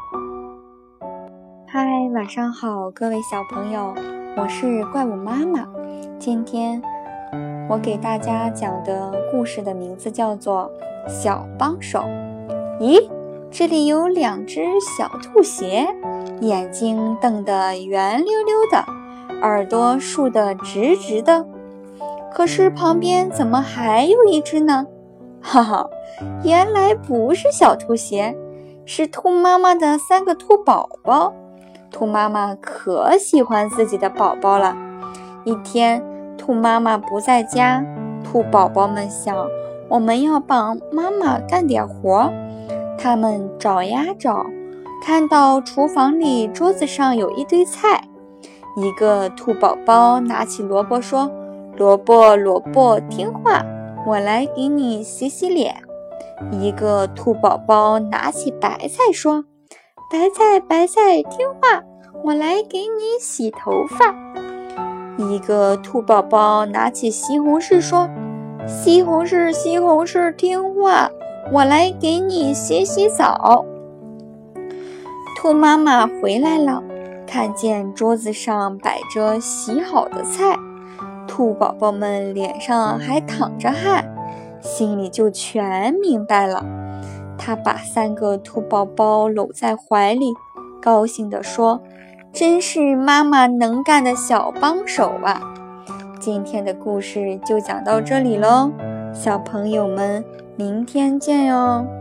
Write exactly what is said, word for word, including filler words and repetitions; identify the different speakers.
Speaker 1: 嗨，晚上好，各位小朋友，我是怪物妈妈。今天我给大家讲的故事的名字叫做小帮手。咦，这里有两只小兔鞋，眼睛瞪得圆溜溜的，耳朵竖得直直的。可是旁边怎么还有一只呢？哈哈，原来不是小兔鞋，是兔妈妈的三个兔宝宝。兔妈妈可喜欢自己的宝宝了。一天，兔妈妈不在家，兔宝宝们想，我们要帮妈妈干点活。他们找呀找，看到厨房里桌子上有一堆菜。一个兔宝宝拿起萝卜说：萝卜萝卜听话，我来给你洗洗脸。一个兔宝宝拿起白菜说：白菜白菜听话，我来给你洗头发。一个兔宝宝拿起西红柿说：西红柿西红柿听话，我来给你洗洗澡。兔妈妈回来了，看见桌子上摆着洗好的菜，兔宝宝们脸上还淌着汗，心里就全明白了。他把三个兔宝宝搂在怀里，高兴地说：真是妈妈能干的小帮手啊！今天的故事就讲到这里咯，小朋友们，明天见哟。